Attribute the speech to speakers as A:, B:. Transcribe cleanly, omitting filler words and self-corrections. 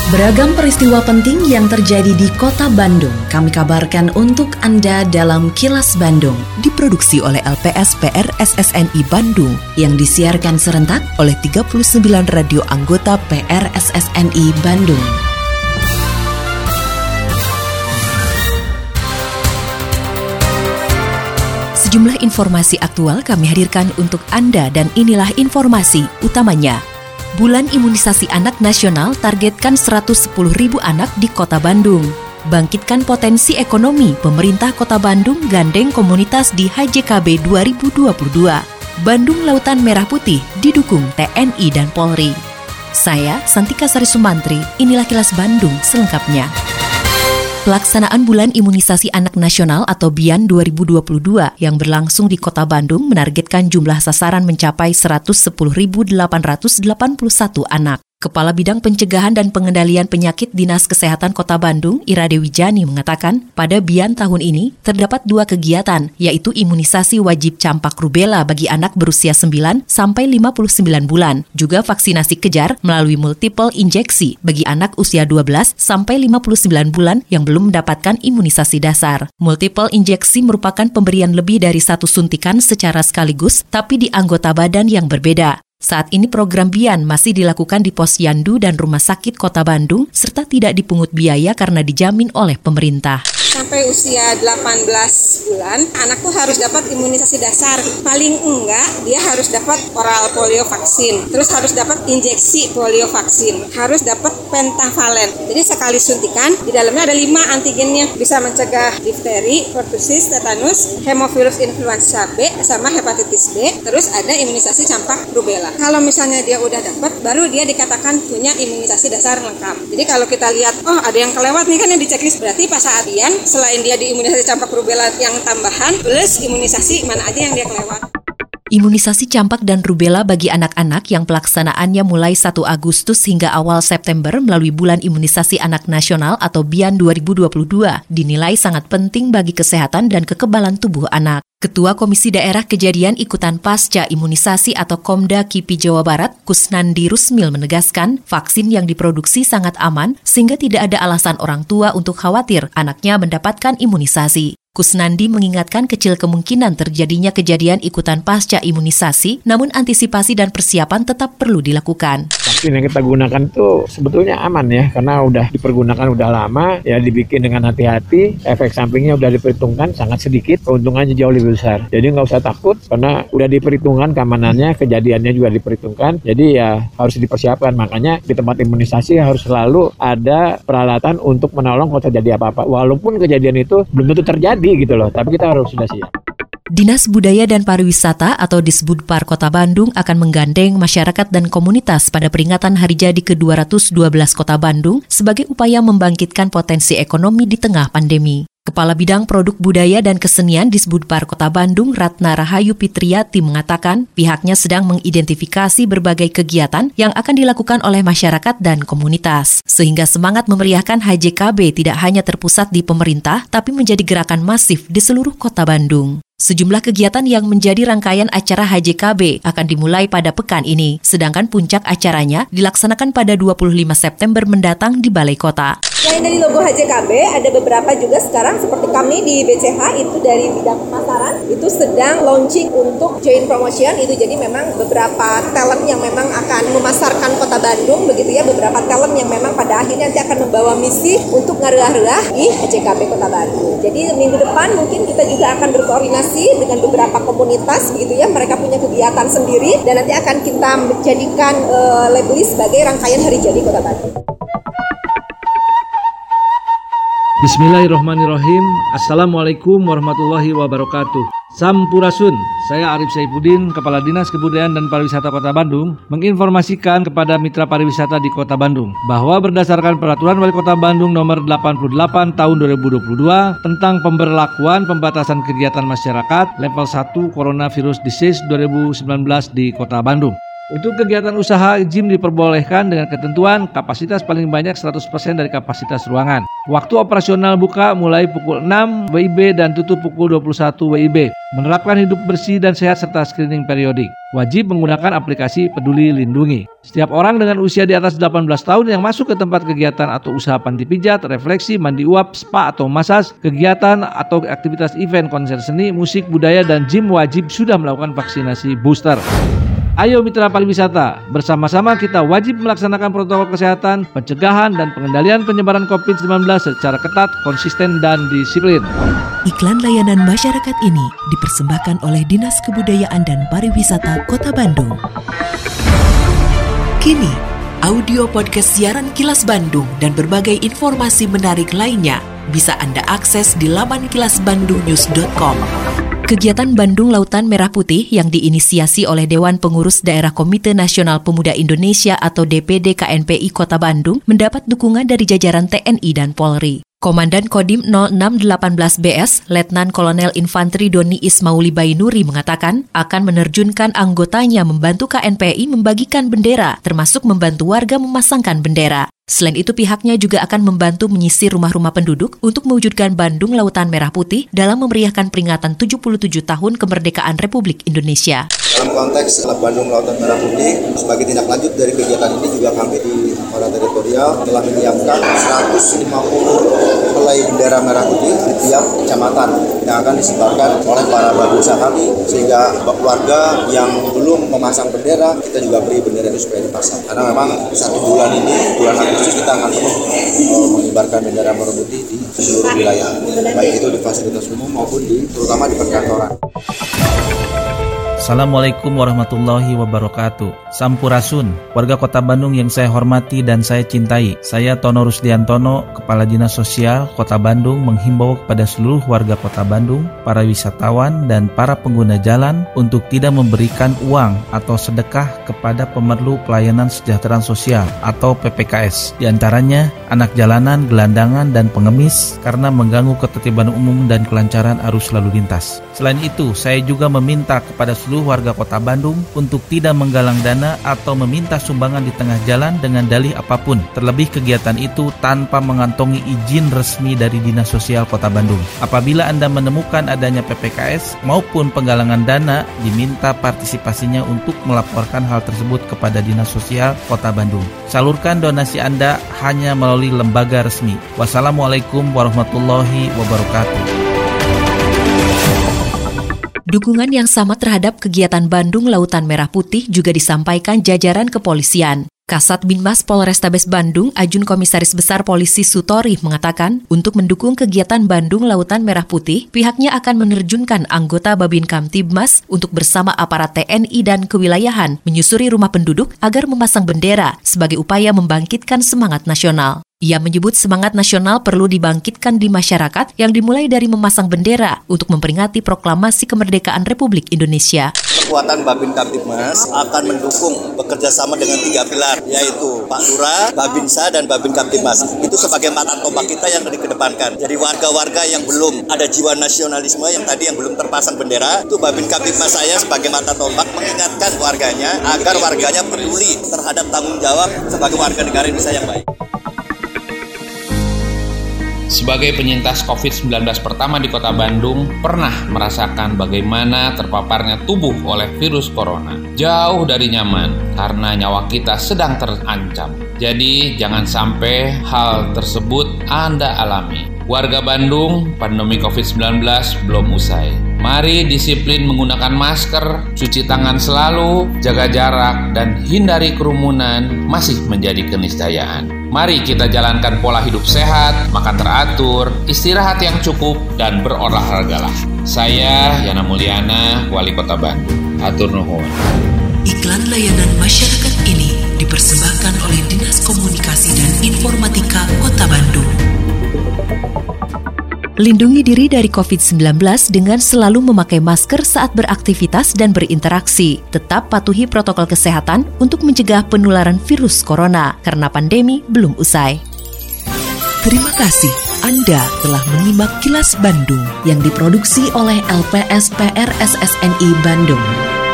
A: Beragam peristiwa penting yang terjadi di Kota Bandung kami kabarkan untuk Anda dalam Kilas Bandung.
B: Diproduksi oleh LPS PRSSNI Bandung yang disiarkan serentak oleh 39 radio anggota PRSSNI Bandung. Sejumlah informasi aktual kami hadirkan untuk Anda dan inilah informasi utamanya. Bulan Imunisasi Anak Nasional targetkan 110.000 anak di Kota Bandung. Bangkitkan potensi ekonomi, pemerintah Kota Bandung gandeng komunitas di HJKB 2022. Bandung Lautan Merah Putih didukung TNI dan Polri. Saya, Santika Sari Sumantri, inilah Kilas Bandung selengkapnya. Pelaksanaan Bulan Imunisasi Anak Nasional atau BIAN 2022 yang berlangsung di Kota Bandung menargetkan jumlah sasaran mencapai 110.881 anak. Kepala Bidang Pencegahan dan Pengendalian Penyakit Dinas Kesehatan Kota Bandung, Ira Dewi Jani mengatakan, pada BIAN tahun ini terdapat 2 kegiatan, yaitu imunisasi wajib campak rubella bagi anak berusia 9 sampai 59 bulan, juga vaksinasi kejar melalui multiple injeksi bagi anak usia 12 sampai 59 bulan yang belum mendapatkan imunisasi dasar. Multiple injeksi merupakan pemberian lebih dari 1 suntikan secara sekaligus, tapi di anggota badan yang berbeda. Saat ini program BIAN masih dilakukan di Posyandu dan Rumah Sakit Kota Bandung serta tidak dipungut biaya karena dijamin oleh pemerintah.
C: Sampai usia 18 bulan, anak tuh harus dapat imunisasi dasar. Paling enggak, dia harus dapat oral polio vaksin. Terus harus dapat injeksi polio vaksin. Harus dapat pentavalen. Jadi sekali suntikan, di dalamnya ada 5 antigennya. Bisa mencegah difteri, pertusis, tetanus, hemovirus influenza B, sama hepatitis B. Terus ada imunisasi campak rubella. Kalau misalnya dia udah dapat, baru dia dikatakan punya imunisasi dasar lengkap. Jadi kalau kita lihat, oh ada yang kelewat nih kan yang di checklist, berarti pas saat BIAN, selain dia di imunisasi campak rubella yang tambahan, plus imunisasi mana aja yang dia kelewat.
B: Imunisasi campak dan rubella bagi anak-anak yang pelaksanaannya mulai 1 Agustus hingga awal September melalui Bulan Imunisasi Anak Nasional atau BIAN 2022 dinilai sangat penting bagi kesehatan dan kekebalan tubuh anak. Ketua Komisi Daerah Kejadian Ikutan Pasca Imunisasi atau Komda KIPI Jawa Barat, Kusnandi Rusmil menegaskan, vaksin yang diproduksi sangat aman sehingga tidak ada alasan orang tua untuk khawatir anaknya mendapatkan imunisasi. Kusnandi mengingatkan kecil kemungkinan terjadinya kejadian ikutan pasca imunisasi, namun antisipasi dan persiapan tetap perlu dilakukan.
D: Vaksin yang kita gunakan itu sebetulnya aman ya, karena udah dipergunakan udah lama, ya dibikin dengan hati-hati, efek sampingnya udah diperhitungkan sangat sedikit, keuntungannya jauh lebih besar. Jadi nggak usah takut, karena udah diperhitungkan keamanannya, kejadiannya juga diperhitungkan, jadi ya harus dipersiapkan. Makanya di tempat imunisasi harus selalu ada peralatan untuk menolong kalau terjadi apa-apa. Walaupun kejadian itu belum tentu terjadi gitu loh, tapi kita harus sudah siap.
B: Dinas Budaya dan Pariwisata atau Disbudpar Kota Bandung akan menggandeng masyarakat dan komunitas pada peringatan Hari Jadi ke-212 Kota Bandung sebagai upaya membangkitkan potensi ekonomi di tengah pandemi. Kepala Bidang Produk Budaya dan Kesenian Disbudpar Kota Bandung, Ratna Rahayu Fitriati mengatakan pihaknya sedang mengidentifikasi berbagai kegiatan yang akan dilakukan oleh masyarakat dan komunitas. Sehingga semangat memeriahkan HJKB tidak hanya terpusat di pemerintah, tapi menjadi gerakan masif di seluruh Kota Bandung. Sejumlah kegiatan yang menjadi rangkaian acara HJKB akan dimulai pada pekan ini, sedangkan puncak acaranya dilaksanakan pada 25 September mendatang di Balai Kota.
E: Selain dari logo HJKB, ada beberapa juga sekarang seperti kami di BCH itu dari bidang pemasaran, itu sedang launching untuk joint promotion, itu jadi memang beberapa talent yang memang akan memasarkan Kota Bandung, begitu ya, beberapa talent yang memang pada akhirnya nanti akan membawa misi untuk ngarah-ngarah di HJKB Kota Bandung. Jadi minggu depan mungkin kita juga akan berkoordinasi dengan beberapa komunitas begitu ya, mereka punya kegiatan sendiri dan nanti akan kita menjadikan label sebagai rangkaian Hari Jadi Kota Bandung.
F: Bismillahirrahmanirrahim. Assalamualaikum warahmatullahi wabarakatuh. Sampurasun, saya Arif Saifuddin, Kepala Dinas Kebudayaan dan Pariwisata Kota Bandung, menginformasikan kepada mitra pariwisata di Kota Bandung bahwa berdasarkan Peraturan Wali Kota Bandung Nomor 88 Tahun 2022 tentang pemberlakuan pembatasan kegiatan masyarakat level 1 Coronavirus Disease 2019 di Kota Bandung. Untuk kegiatan usaha, gym diperbolehkan dengan ketentuan kapasitas paling banyak 100% dari kapasitas ruangan. Waktu operasional buka mulai pukul 6 WIB dan tutup pukul 21 WIB. Menerapkan hidup bersih dan sehat serta screening periodik. Wajib menggunakan aplikasi Peduli Lindungi. Setiap orang dengan usia di atas 18 tahun yang masuk ke tempat kegiatan atau usaha panti pijat, refleksi, mandi uap, spa atau masas, kegiatan atau aktivitas event, konser seni, musik, budaya, dan gym wajib sudah melakukan vaksinasi booster. Ayo mitra pariwisata, bersama-sama kita wajib melaksanakan protokol kesehatan, pencegahan dan pengendalian penyebaran COVID-19 secara ketat, konsisten dan disiplin.
B: Iklan layanan masyarakat ini dipersembahkan oleh Dinas Kebudayaan dan Pariwisata Kota Bandung. Kini, audio podcast siaran Kilas Bandung dan berbagai informasi menarik lainnya bisa Anda akses di laman kilasbandungnews.com. Kegiatan Bandung Lautan Merah Putih yang diinisiasi oleh Dewan Pengurus Daerah Komite Nasional Pemuda Indonesia atau DPD KNPI Kota Bandung mendapat dukungan dari jajaran TNI dan Polri. Komandan Kodim 0618BS, Letnan Kolonel Infanteri Doni Ismauli Bainuri mengatakan akan menerjunkan anggotanya membantu KNPI membagikan bendera, termasuk membantu warga memasangkan bendera. Selain itu, pihaknya juga akan membantu menyisir rumah-rumah penduduk untuk mewujudkan Bandung Lautan Merah Putih dalam memeriahkan peringatan 77 tahun kemerdekaan Republik Indonesia.
G: Dalam konteks Bandung Lautan Merah Putih, sebagai tindak lanjut dari kegiatan ini juga kami di Polda Teritorial telah menyiapkan 150 helai bendera merah putih di tiap kecamatan yang akan disebarkan oleh para babinsa kami, sehingga warga yang belum memasang bendera, kita juga beri bendera itu supaya dipasang. Karena memang 1 bulan ini, bulan Agustus, kita akan mengibarkan bendera merah putih di seluruh wilayah, baik itu di fasilitas umum maupun terutama di perkantoran.
H: Assalamualaikum warahmatullahi wabarakatuh. Sampurasun, warga Kota Bandung yang saya hormati dan saya cintai. Saya Tono Rusdiantono, Kepala Dinas Sosial Kota Bandung, menghimbau kepada seluruh warga Kota Bandung, para wisatawan dan para pengguna jalan untuk tidak memberikan uang atau sedekah kepada pemerlu pelayanan kesejahteraan sosial atau PPKS. Di antaranya anak jalanan, gelandangan, dan pengemis karena mengganggu ketertiban umum dan kelancaran arus lalu lintas. Selain itu, saya juga meminta kepada seluruh warga Kota Bandung untuk tidak menggalang dana atau meminta sumbangan di tengah jalan dengan dalih apapun, terlebih kegiatan itu tanpa mengantongi izin resmi dari Dinas Sosial Kota Bandung. Apabila Anda menemukan adanya PPKS maupun penggalangan dana, diminta partisipasinya untuk melaporkan hal tersebut kepada Dinas Sosial Kota Bandung. Salurkan donasi Anda hanya melalui lembaga resmi. Wassalamualaikum warahmatullahi wabarakatuh.
B: Dukungan yang sama terhadap kegiatan Bandung Lautan Merah Putih juga disampaikan jajaran kepolisian. Kasat Binmas Polrestabes Bandung, Ajun Komisaris Besar Polisi Sutori mengatakan, untuk mendukung kegiatan Bandung Lautan Merah Putih, pihaknya akan menerjunkan anggota Babin Kamtibmas untuk bersama aparat TNI dan kewilayahan menyusuri rumah penduduk agar memasang bendera sebagai upaya membangkitkan semangat nasional. Ia menyebut semangat nasional perlu dibangkitkan di masyarakat yang dimulai dari memasang bendera untuk memperingati proklamasi kemerdekaan Republik Indonesia.
G: Kekuatan Babin Kamtibmas akan mendukung bekerja sama dengan 3 pilar, yaitu Pak Lurah, Babinsa, dan Babin Kamtibmas. Itu sebagai mata tombak kita yang dikedepankan. Jadi warga-warga yang belum ada jiwa nasionalisme, yang tadi yang belum terpasang bendera, itu Babin Kamtibmas saya sebagai mata tombak mengingatkan warganya agar warganya peduli terhadap tanggung jawab sebagai warga negara Indonesia yang baik.
I: Sebagai penyintas COVID-19 pertama di Kota Bandung, pernah merasakan bagaimana terpaparnya tubuh oleh virus corona. Jauh dari nyaman, karena nyawa kita sedang terancam. Jadi, jangan sampai hal tersebut Anda alami. Warga Bandung, pandemi COVID-19 belum usai. Mari disiplin menggunakan masker, cuci tangan selalu, jaga jarak, dan hindari kerumunan masih menjadi keniscayaan. Mari kita jalankan pola hidup sehat, makan teratur, istirahat yang cukup, dan berolahragalah. Saya Yana Mulyana, Wali Kota Bandung. Hatur nuhun.
B: Iklan layanan masyarakat ini dipersembahkan oleh Dinas Komunikasi dan Informatika Kota Bandung. Lindungi diri dari COVID-19 dengan selalu memakai masker saat beraktivitas dan berinteraksi. Tetap patuhi protokol kesehatan untuk mencegah penularan virus corona karena pandemi belum usai. Terima kasih Anda telah menyimak Kilas Bandung
A: yang diproduksi oleh LPSPR SSNI Bandung.